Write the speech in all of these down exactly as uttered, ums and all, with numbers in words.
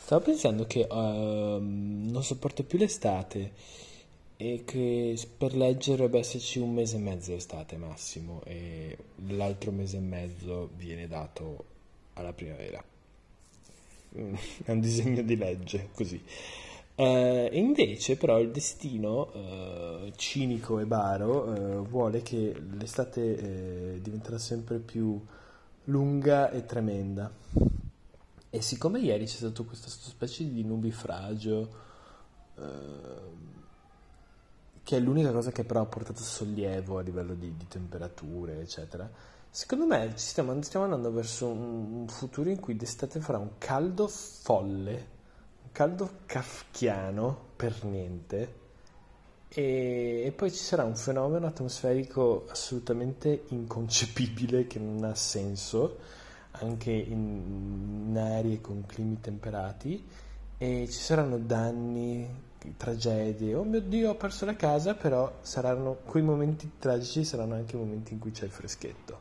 Stavo pensando che ehm, non sopporto più l'estate e che per leggere dovrebbe esserci un mese e mezzo d'estate massimo e l'altro mese e mezzo viene dato alla primavera. Mm, È un disegno di legge, così. Eh, e invece però il destino eh, cinico e baro eh, vuole che l'estate eh, diventerà sempre più lunga e tremenda. E siccome ieri c'è stato questa specie di nubifragio, eh, che è l'unica cosa che però ha portato sollievo a livello di, di temperature, eccetera, secondo me ci stiamo, stiamo andando verso un, un futuro in cui d'estate farà un caldo folle, un caldo kafkiano per niente, e, e poi ci sarà un fenomeno atmosferico assolutamente inconcepibile che non ha senso, anche in, in aree con climi temperati, e ci saranno danni, tragedie. Oh mio Dio, ho perso la casa, però saranno quei momenti tragici, saranno anche i momenti in cui c'è il freschetto.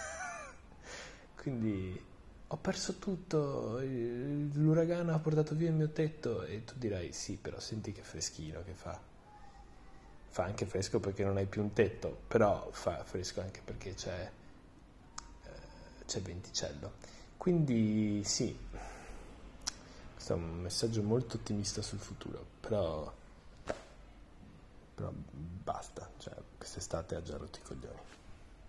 Quindi ho perso tutto, il- l'uragano ha portato via il mio tetto e tu dirai sì, però senti che freschino che fa. Fa anche fresco perché non hai più un tetto, però fa fresco anche perché c'è c'è venticello. Quindi sì, questo è un messaggio molto ottimista sul futuro, però, però basta, cioè quest'estate ha già rotto i coglioni.